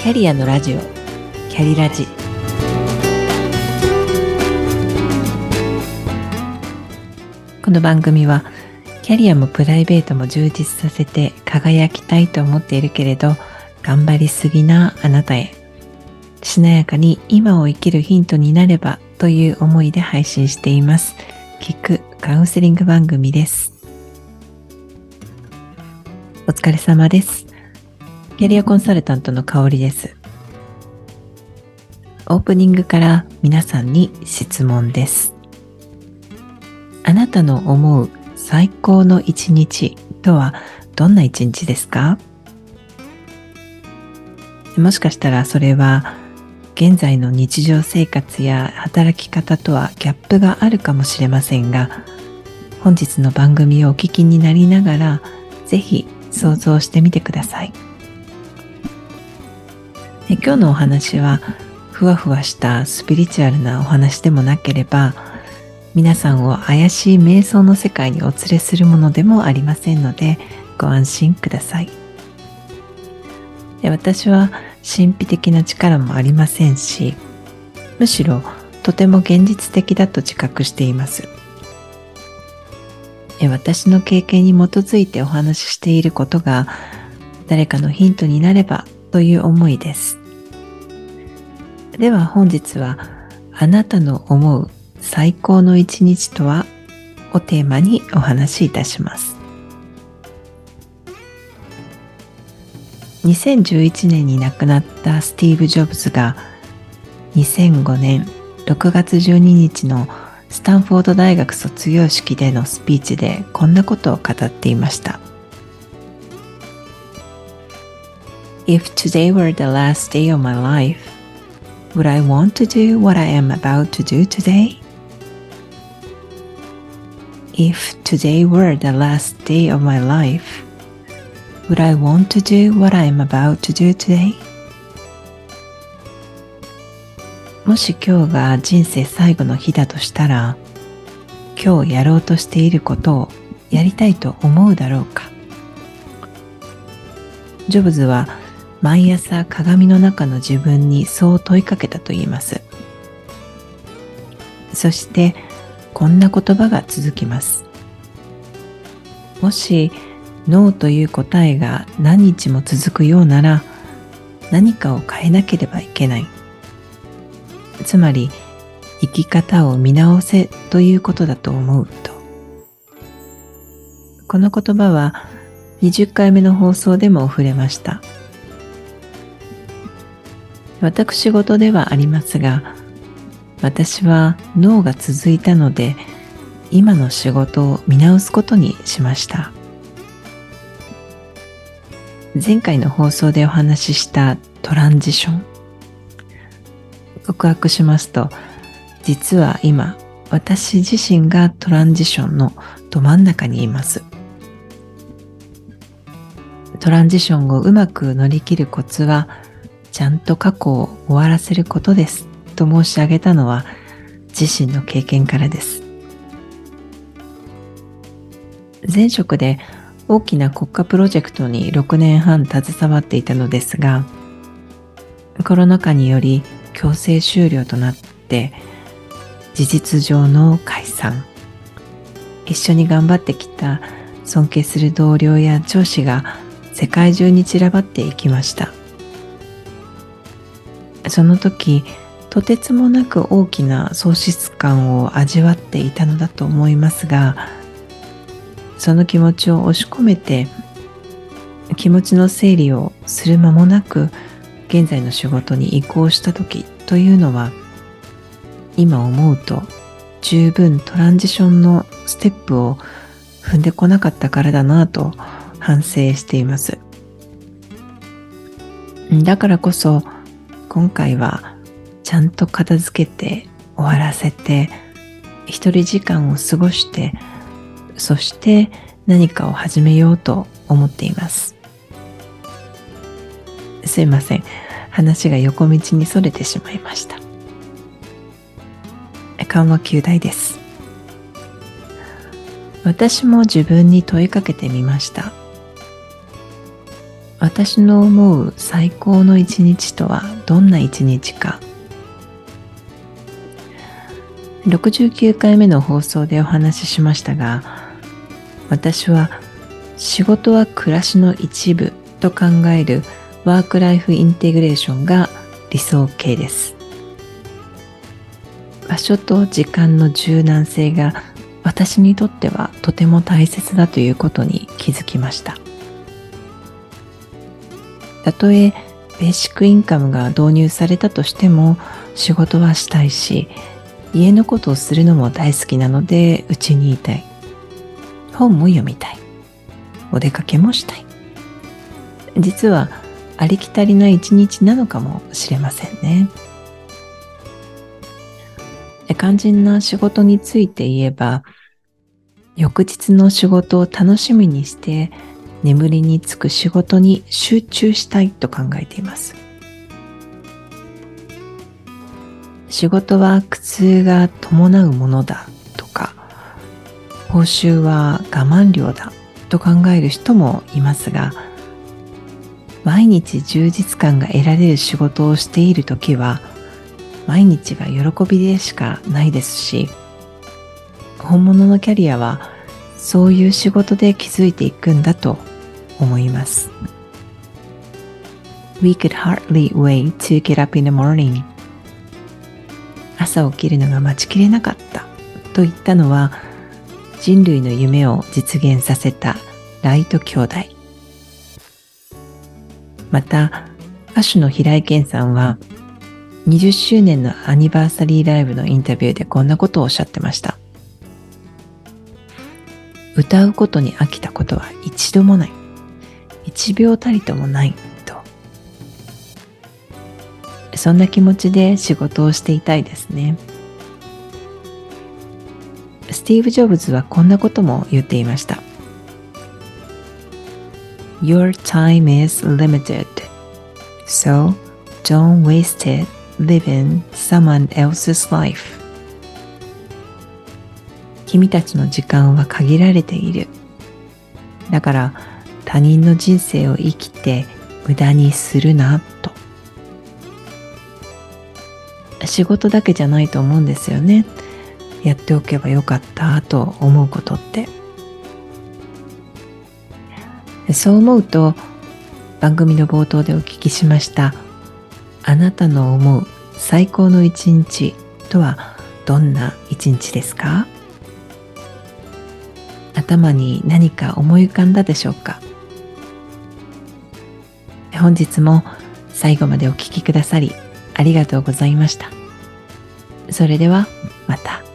キャリアのラジオ、キャリラジ。この番組はキャリアもプライベートも充実させて輝きたいと思っているけれど頑張りすぎなあなたへ、しなやかに今を生きるヒントになればという思いで配信しています。聞くカウンセリング番組です。お疲れ様です。キャリアコンサルタントの香里です。オープニングから皆さんに質問です。あなたの思う最高の一日とはどんな一日ですか？もしかしたらそれは現在の日常生活や働き方とはギャップがあるかもしれませんが、本日の番組をお聞きになりながらぜひ想像してみてください。今日のお話はふわふわしたスピリチュアルなお話でもなければ、皆さんを怪しい瞑想の世界にお連れするものでもありませんのでご安心ください。私は神秘的な力もありませんし、むしろとても現実的だと自覚しています。私の経験に基づいてお話ししていることが誰かのヒントになればという思いです。では本日はあなたの思う最高の一日とはをテーマにお話しいたします。2011年に亡くなったスティーブ・ジョブズが2005年6月12日のスタンフォード大学卒業式でのスピーチでこんなことを語っていました。If today were the last day of my life, would I want to do what I am about to do today? If today were the last day of my life, would I want to do what I am about to do today? もし今日が人生最後の日だとしたら、今日やろうとしていることをやりたいと思うだろうか。ジョブズは毎朝鏡の中の自分にそう問いかけたと言います。そしてこんな言葉が続きます。もしノーという答えが何日も続くようなら、何かを変えなければいけない。つまり生き方を見直せということだと思うと。この言葉は20回目の放送でも触れました。私事ではありますが、私はノーが続いたので今の仕事を見直すことにしました。前回の放送でお話ししたトランジション。告白しますと、実は今私自身がトランジションのど真ん中にいます。トランジションをうまく乗り切るコツは、ちゃんと過去を終わらせることですと申し上げたのは自身の経験からです。前職で大きな国家プロジェクトに6年半携わっていたのですが、コロナ禍により強制終了となって事実上の解散。一緒に頑張ってきた尊敬する同僚や上司が世界中に散らばっていきました。その時、とてつもなく大きな喪失感を味わっていたのだと思いますが、その気持ちを押し込めて気持ちの整理をする間もなく現在の仕事に移行した時というのは、今思うと十分トランジションのステップを踏んでこなかったからだなと反省しています。だからこそ今回はちゃんと片付けて終わらせて一人時間を過ごして、そして何かを始めようと思っています。すいません、話が横道にそれてしまいました。緩和9大です。私も自分に問いかけてみました。 私の思う最高の一日とはどんな一日か。69回目の放送でお話ししましたが、私は仕事は暮らしの一部と考えるワークライフインテグレーションが理想形です。場所と時間の柔軟性が私にとってはとても大切だということに気づきました。たとえベーシックインカムが導入されたとしても仕事はしたいし、家のことをするのも大好きなのでうちにいたい。本も読みたい。お出かけもしたい。実はありきたりな一日なのかもしれませんね。肝心な仕事について言えば、翌日の仕事を楽しみにして眠りにつく仕事に集中したいと考えています。仕事は苦痛が伴うものだとか、報酬は我慢料だと考える人もいますが、毎日充実感が得られる仕事をしているときは、毎日が喜びでしかないですし、本物のキャリアはそういう仕事で築いていくんだと思います。We could hardly wait to get up in the morning. 朝起きるのが待ちきれなかったと言ったのは、人類の夢を実現させたライト兄弟。また、歌手の平井堅さんは、20周年のアニバーサリーライブのインタビューでこんなことをおっしゃってました。歌うことに飽きたことは一度もない。一秒たりともないと。そんな気持ちで仕事をしていたいですね。スティーブ・ジョブズはこんなことも言っていました。Your time is limited, so don't waste it living someone else's life. 君たちの時間は限られている。だから他人の人生を生きて無駄にするなと。仕事だけじゃないと思うんですよね。やっておけばよかったと思うことって。そう思うと、番組の冒頭でお聞きしましたあなたの思う最高の一日とはどんな一日ですか？頭に何か思い浮かんだでしょうか？本日も最後までお聞きくださりありがとうございました。それではまた。